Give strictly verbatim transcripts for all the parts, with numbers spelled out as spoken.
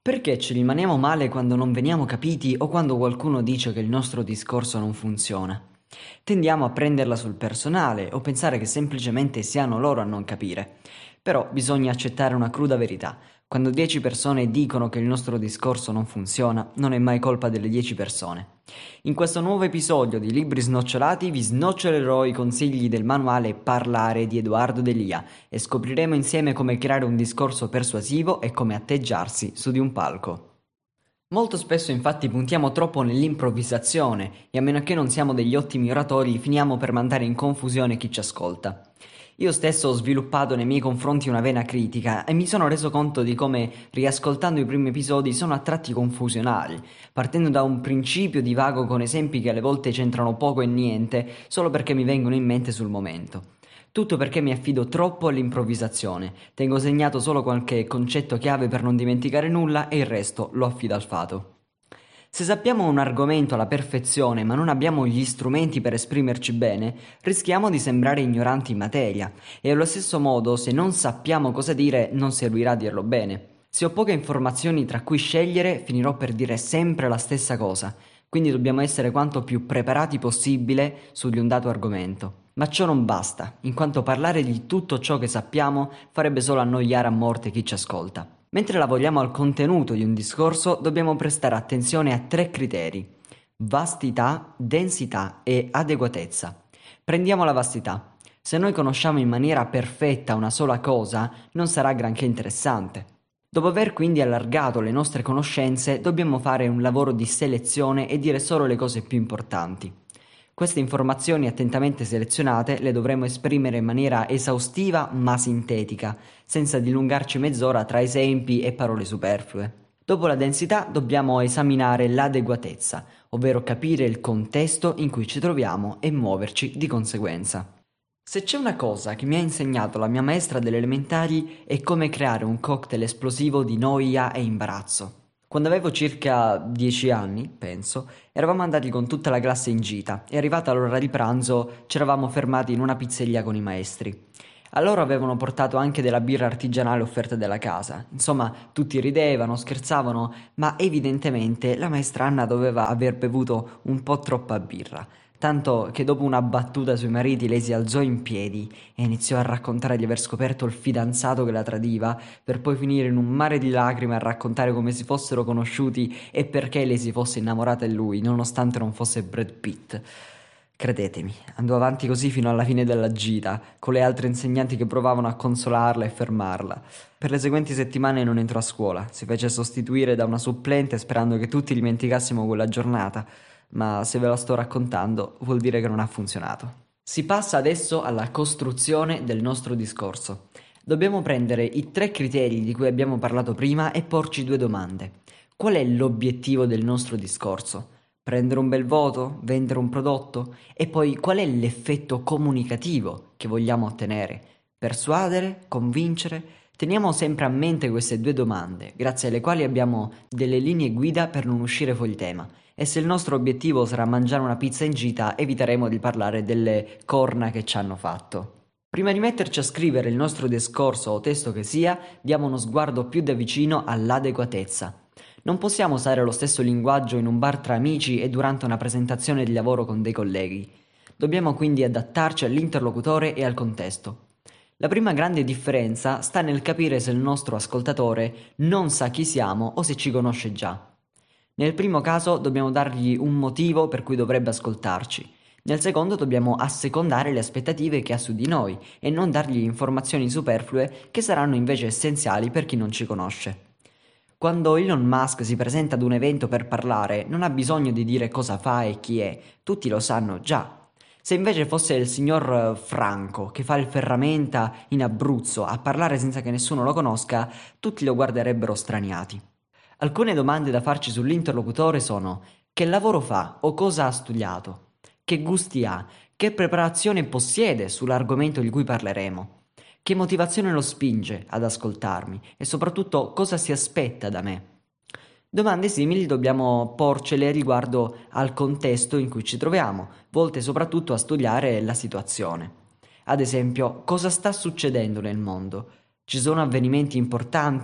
Perché ci rimaniamo male quando non veniamo capiti o quando qualcuno dice che il nostro discorso non funziona? Tendiamo a prenderla sul personale o pensare che semplicemente siano loro a non capire. Però bisogna accettare una cruda verità. Quando dieci persone dicono che il nostro discorso non funziona, non è mai colpa delle dieci persone. In questo nuovo episodio di Libri Snocciolati vi snocciolerò i consigli del manuale Parlare di Edoardo Delia e scopriremo insieme come creare un discorso persuasivo e come atteggiarsi su di un palco. Molto spesso infatti puntiamo troppo nell'improvvisazione e a meno che non siamo degli ottimi oratori finiamo per mandare in confusione chi ci ascolta. Io stesso ho sviluppato nei miei confronti una vena critica e mi sono reso conto di come, riascoltando i primi episodi, sono a tratti confusionali, partendo da un principio divago con esempi che alle volte c'entrano poco e niente, solo perché mi vengono in mente sul momento. Tutto perché mi affido troppo all'improvvisazione, tengo segnato solo qualche concetto chiave per non dimenticare nulla e il resto lo affido al fato. Se sappiamo un argomento alla perfezione ma non abbiamo gli strumenti per esprimerci bene, rischiamo di sembrare ignoranti in materia e allo stesso modo se non sappiamo cosa dire non servirà a dirlo bene. Se ho poche informazioni tra cui scegliere finirò per dire sempre la stessa cosa, quindi dobbiamo essere quanto più preparati possibile su di un dato argomento. Ma ciò non basta, in quanto parlare di tutto ciò che sappiamo farebbe solo annoiare a morte chi ci ascolta. Mentre lavoriamo al contenuto di un discorso, dobbiamo prestare attenzione a tre criteri: vastità, densità e adeguatezza. Prendiamo la vastità. Se noi conosciamo in maniera perfetta una sola cosa, non sarà granché interessante. Dopo aver quindi allargato le nostre conoscenze, dobbiamo fare un lavoro di selezione e dire solo le cose più importanti. Queste informazioni attentamente selezionate le dovremo esprimere in maniera esaustiva ma sintetica, senza dilungarci mezz'ora tra esempi e parole superflue. Dopo la densità dobbiamo esaminare l'adeguatezza, ovvero capire il contesto in cui ci troviamo e muoverci di conseguenza. Se c'è una cosa che mi ha insegnato la mia maestra delle elementari è come creare un cocktail esplosivo di noia e imbarazzo. Quando avevo circa dieci anni, penso, eravamo andati con tutta la classe in gita e arrivata l'ora di pranzo ci eravamo fermati in una pizzeria con i maestri. A loro avevano portato anche della birra artigianale offerta dalla casa. Insomma, tutti ridevano, scherzavano, ma evidentemente la maestra Anna doveva aver bevuto un po' troppa birra. Tanto che dopo una battuta sui mariti lei si alzò in piedi e iniziò a raccontare di aver scoperto il fidanzato che la tradiva, per poi finire in un mare di lacrime a raccontare come si fossero conosciuti e perché lei si fosse innamorata di lui, nonostante non fosse Brad Pitt. Credetemi, andò avanti così fino alla fine della gita, con le altre insegnanti che provavano a consolarla e fermarla. Per le seguenti settimane non entrò a scuola, si fece sostituire da una supplente sperando che tutti dimenticassimo quella giornata, ma se ve la sto raccontando vuol dire che non ha funzionato. Si passa adesso alla costruzione del nostro discorso. Dobbiamo prendere i tre criteri di cui abbiamo parlato prima e porci due domande. Qual è l'obiettivo del nostro discorso? Prendere un bel voto? Vendere un prodotto? E poi qual è l'effetto comunicativo che vogliamo ottenere? Persuadere? Convincere? Teniamo sempre a mente queste due domande, grazie alle quali abbiamo delle linee guida per non uscire fuori tema. E se il nostro obiettivo sarà mangiare una pizza in gita, eviteremo di parlare delle corna che ci hanno fatto. Prima di metterci a scrivere il nostro discorso o testo che sia, diamo uno sguardo più da vicino all'adeguatezza. Non possiamo usare lo stesso linguaggio in un bar tra amici e durante una presentazione di lavoro con dei colleghi. Dobbiamo quindi adattarci all'interlocutore e al contesto. La prima grande differenza sta nel capire se il nostro ascoltatore non sa chi siamo o se ci conosce già. Nel primo caso dobbiamo dargli un motivo per cui dovrebbe ascoltarci. Nel secondo dobbiamo assecondare le aspettative che ha su di noi e non dargli informazioni superflue che saranno invece essenziali per chi non ci conosce. Quando Elon Musk si presenta ad un evento per parlare, non ha bisogno di dire cosa fa e chi è, tutti lo sanno già. Se invece fosse il signor Franco, che fa il ferramenta in Abruzzo, a parlare senza che nessuno lo conosca, tutti lo guarderebbero straniati. Alcune domande da farci sull'interlocutore sono: che lavoro fa o cosa ha studiato? Che gusti ha? Che preparazione possiede sull'argomento di cui parleremo? Che motivazione lo spinge ad ascoltarmi? E soprattutto cosa si aspetta da me? Domande simili dobbiamo porcele riguardo al contesto in cui ci troviamo, volte soprattutto a studiare la situazione. Ad esempio, cosa sta succedendo nel mondo? Ci sono avvenimenti importanti?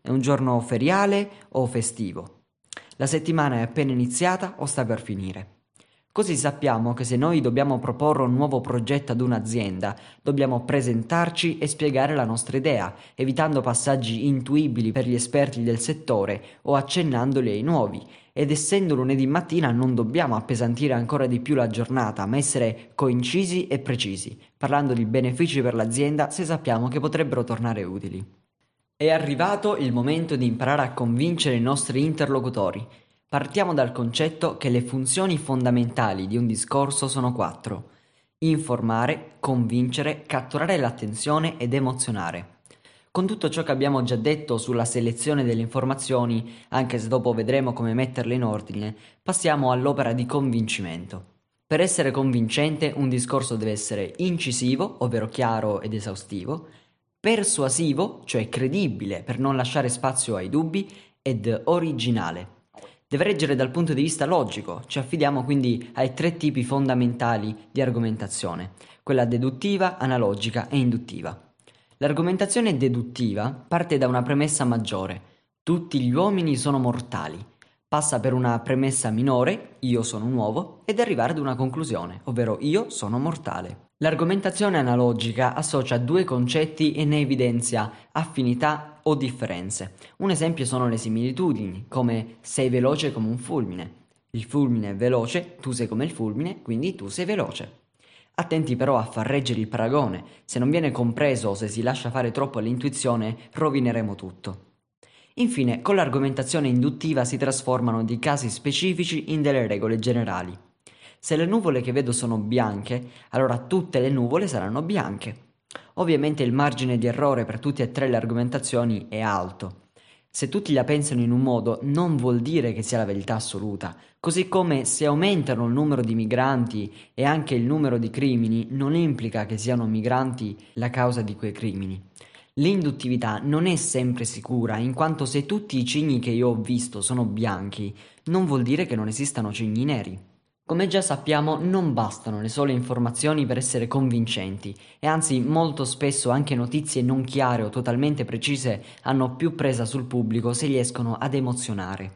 È un giorno feriale o festivo? La settimana è appena iniziata o sta per finire? Così sappiamo che se noi dobbiamo proporre un nuovo progetto ad un'azienda, dobbiamo presentarci e spiegare la nostra idea, evitando passaggi intuibili per gli esperti del settore o accennandoli ai nuovi. Ed essendo lunedì mattina non dobbiamo appesantire ancora di più la giornata, ma essere coincisi e precisi, parlando di benefici per l'azienda se sappiamo che potrebbero tornare utili. È arrivato il momento di imparare a convincere i nostri interlocutori. Partiamo dal concetto che le funzioni fondamentali di un discorso sono quattro: informare, convincere, catturare l'attenzione ed emozionare. Con tutto ciò che abbiamo già detto sulla selezione delle informazioni, anche se dopo vedremo come metterle in ordine, passiamo all'opera di convincimento. Per essere convincente un discorso deve essere incisivo, ovvero chiaro ed esaustivo, persuasivo, cioè credibile per non lasciare spazio ai dubbi, ed originale. Deve reggere dal punto di vista logico, ci affidiamo quindi ai tre tipi fondamentali di argomentazione, quella deduttiva, analogica e induttiva. L'argomentazione deduttiva parte da una premessa maggiore: tutti gli uomini sono mortali, passa per una premessa minore, io sono nuovo, ed arrivare ad una conclusione, ovvero io sono mortale. L'argomentazione analogica associa due concetti e ne evidenzia affinità o differenze. Un esempio sono le similitudini, come sei veloce come un fulmine. Il fulmine è veloce, tu sei come il fulmine, quindi tu sei veloce. Attenti però a far reggere il paragone, se non viene compreso o se si lascia fare troppo all'intuizione, rovineremo tutto. Infine, con l'argomentazione induttiva si trasformano dei casi specifici in delle regole generali. Se le nuvole che vedo sono bianche, allora tutte le nuvole saranno bianche. Ovviamente il margine di errore per tutte e tre le argomentazioni è alto. Se tutti la pensano in un modo non vuol dire che sia la verità assoluta, così come se aumentano il numero di migranti e anche il numero di crimini non implica che siano migranti la causa di quei crimini. L'induttività non è sempre sicura, in quanto se tutti i cigni che io ho visto sono bianchi, non vuol dire che non esistano cigni neri. Come già sappiamo, non bastano le sole informazioni per essere convincenti e anzi molto spesso anche notizie non chiare o totalmente precise hanno più presa sul pubblico se riescono ad emozionare.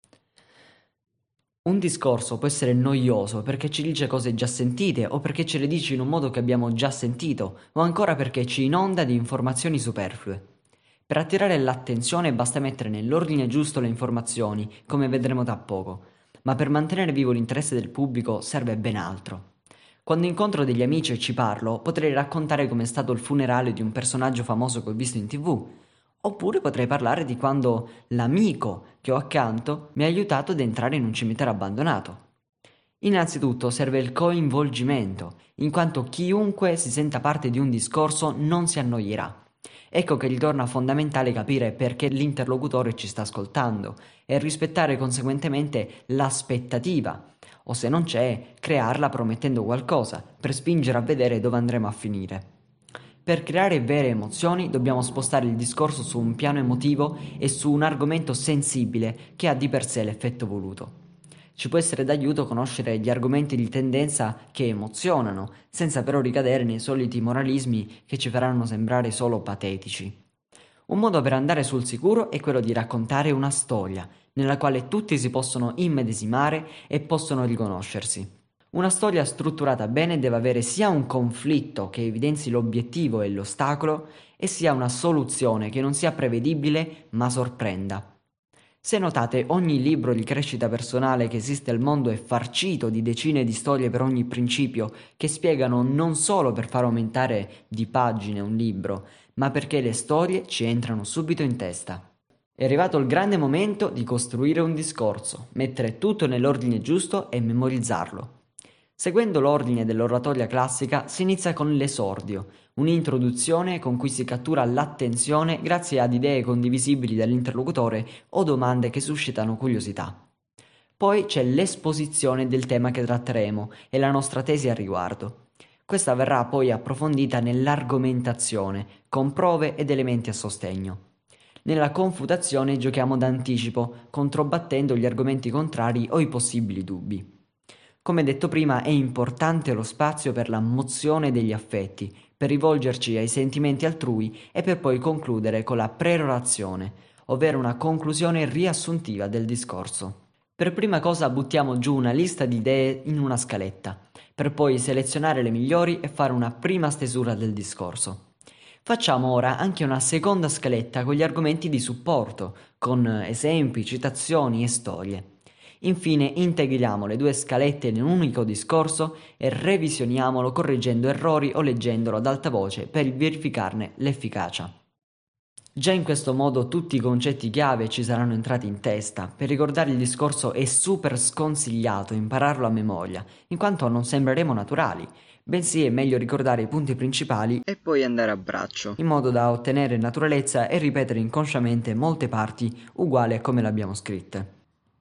Un discorso può essere noioso perché ci dice cose già sentite o perché ce le dice in un modo che abbiamo già sentito o ancora perché ci inonda di informazioni superflue. Per attirare l'attenzione basta mettere nell'ordine giusto le informazioni, come vedremo tra poco. Ma per mantenere vivo l'interesse del pubblico serve ben altro. Quando incontro degli amici e ci parlo, potrei raccontare com'è stato il funerale di un personaggio famoso che ho visto in tivù, oppure potrei parlare di quando l'amico che ho accanto mi ha aiutato ad entrare in un cimitero abbandonato. Innanzitutto serve il coinvolgimento, in quanto chiunque si senta parte di un discorso non si annoierà. Ecco che ritorna fondamentale capire perché l'interlocutore ci sta ascoltando e rispettare conseguentemente l'aspettativa, o se non c'è, crearla promettendo qualcosa, per spingere a vedere dove andremo a finire. Per creare vere emozioni dobbiamo spostare il discorso su un piano emotivo e su un argomento sensibile che ha di per sé l'effetto voluto. Ci può essere d'aiuto conoscere gli argomenti di tendenza che emozionano, senza però ricadere nei soliti moralismi che ci faranno sembrare solo patetici. Un modo per andare sul sicuro è quello di raccontare una storia, nella quale tutti si possono immedesimare e possono riconoscersi. Una storia strutturata bene deve avere sia un conflitto che evidenzi l'obiettivo e l'ostacolo, e sia una soluzione che non sia prevedibile ma sorprenda. Se notate, ogni libro di crescita personale che esiste al mondo è farcito di decine di storie per ogni principio, che spiegano non solo per far aumentare di pagine un libro, ma perché le storie ci entrano subito in testa. È arrivato il grande momento di costruire un discorso, mettere tutto nell'ordine giusto e memorizzarlo. Seguendo l'ordine dell'oratoria classica si inizia con l'esordio, un'introduzione con cui si cattura l'attenzione grazie ad idee condivisibili dall'interlocutore o domande che suscitano curiosità. Poi c'è l'esposizione del tema che tratteremo e la nostra tesi al riguardo. Questa verrà poi approfondita nell'argomentazione, con prove ed elementi a sostegno. Nella confutazione giochiamo d'anticipo, controbattendo gli argomenti contrari o i possibili dubbi. Come detto prima, è importante lo spazio per la mozione degli affetti, per rivolgerci ai sentimenti altrui e per poi concludere con la perorazione, ovvero una conclusione riassuntiva del discorso. Per prima cosa buttiamo giù una lista di idee in una scaletta, per poi selezionare le migliori e fare una prima stesura del discorso. Facciamo ora anche una seconda scaletta con gli argomenti di supporto, con esempi, citazioni e storie. Infine integriamo le due scalette in un unico discorso e revisioniamolo correggendo errori o leggendolo ad alta voce per verificarne l'efficacia. Già in questo modo tutti i concetti chiave ci saranno entrati in testa. Per ricordare il discorso è super sconsigliato impararlo a memoria, in quanto non sembreremo naturali, bensì è meglio ricordare i punti principali e poi andare a braccio, in modo da ottenere naturalezza e ripetere inconsciamente molte parti uguali a come le abbiamo scritte.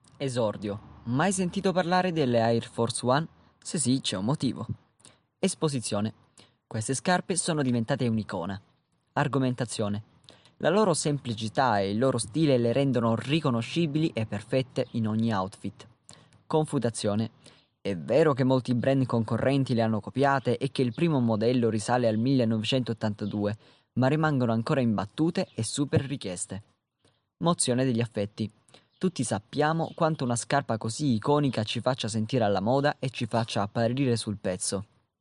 Esordio. Mai sentito parlare delle Air Force One? Se sì, c'è un motivo. Esposizione. Queste scarpe sono diventate un'icona. Argomentazione. La loro semplicità e il loro stile le rendono riconoscibili e perfette in ogni outfit. Confutazione. È vero che molti brand concorrenti le hanno copiate e che il primo modello risale al millenovecentottantadue, ma rimangono ancora imbattute e super richieste. Mozione degli affetti. Tutti sappiamo quanto una scarpa così iconica ci faccia sentire alla moda e ci faccia apparire sul pezzo.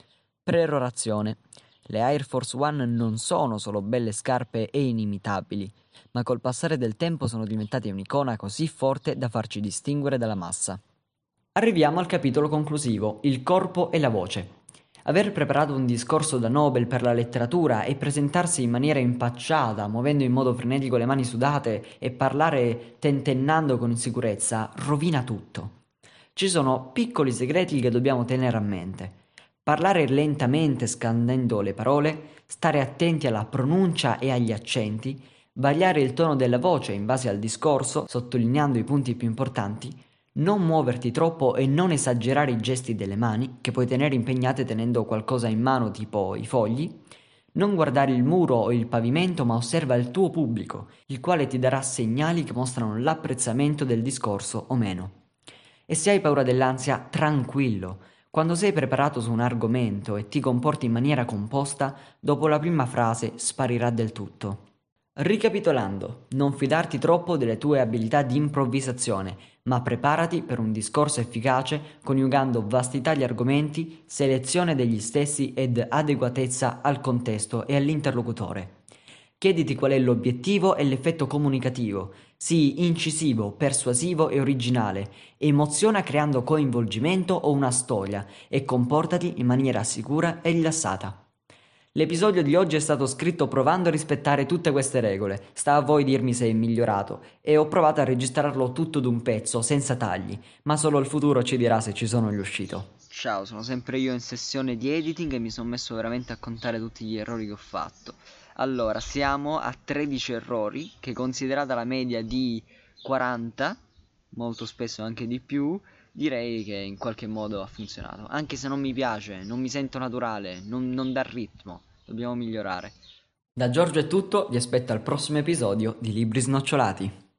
Perorazione. Le Air Force One non sono solo belle scarpe e inimitabili, ma col passare del tempo sono diventate un'icona così forte da farci distinguere dalla massa. Arriviamo al capitolo conclusivo, il corpo e la voce. Aver preparato un discorso da Nobel per la letteratura e presentarsi in maniera impacciata, muovendo in modo frenetico le mani sudate e parlare tentennando con insicurezza, rovina tutto. Ci sono piccoli segreti che dobbiamo tenere a mente. Parlare lentamente scandendo le parole, stare attenti alla pronuncia e agli accenti, variare il tono della voce in base al discorso, sottolineando i punti più importanti, non muoverti troppo e non esagerare i gesti delle mani, che puoi tenere impegnate tenendo qualcosa in mano tipo i fogli. Non guardare il muro o il pavimento, ma osserva il tuo pubblico, il quale ti darà segnali che mostrano l'apprezzamento del discorso o meno. E se hai paura dell'ansia, tranquillo. Quando sei preparato su un argomento e ti comporti in maniera composta, dopo la prima frase sparirà del tutto. Ricapitolando, non fidarti troppo delle tue abilità di improvvisazione, ma preparati per un discorso efficace coniugando vastità di argomenti, selezione degli stessi ed adeguatezza al contesto e all'interlocutore. Chiediti qual è l'obiettivo e l'effetto comunicativo. Sii incisivo, persuasivo e originale. Emoziona creando coinvolgimento o una storia e comportati in maniera sicura e rilassata. L'episodio di oggi è stato scritto provando a rispettare tutte queste regole. Sta a voi dirmi se è migliorato. E ho provato a registrarlo tutto d'un pezzo, senza tagli, ma solo il futuro ci dirà se ci sono riuscito. Ciao, sono sempre io in sessione di editing e mi sono messo veramente a contare tutti gli errori che ho fatto. Allora, siamo a tredici errori, che considerata la media di quaranta, molto spesso anche di più, direi che in qualche modo ha funzionato. Anche se non mi piace, non mi sento naturale, non, non dà ritmo, dobbiamo migliorare. Da Giorgio è tutto, vi aspetto al prossimo episodio di Libri Snocciolati.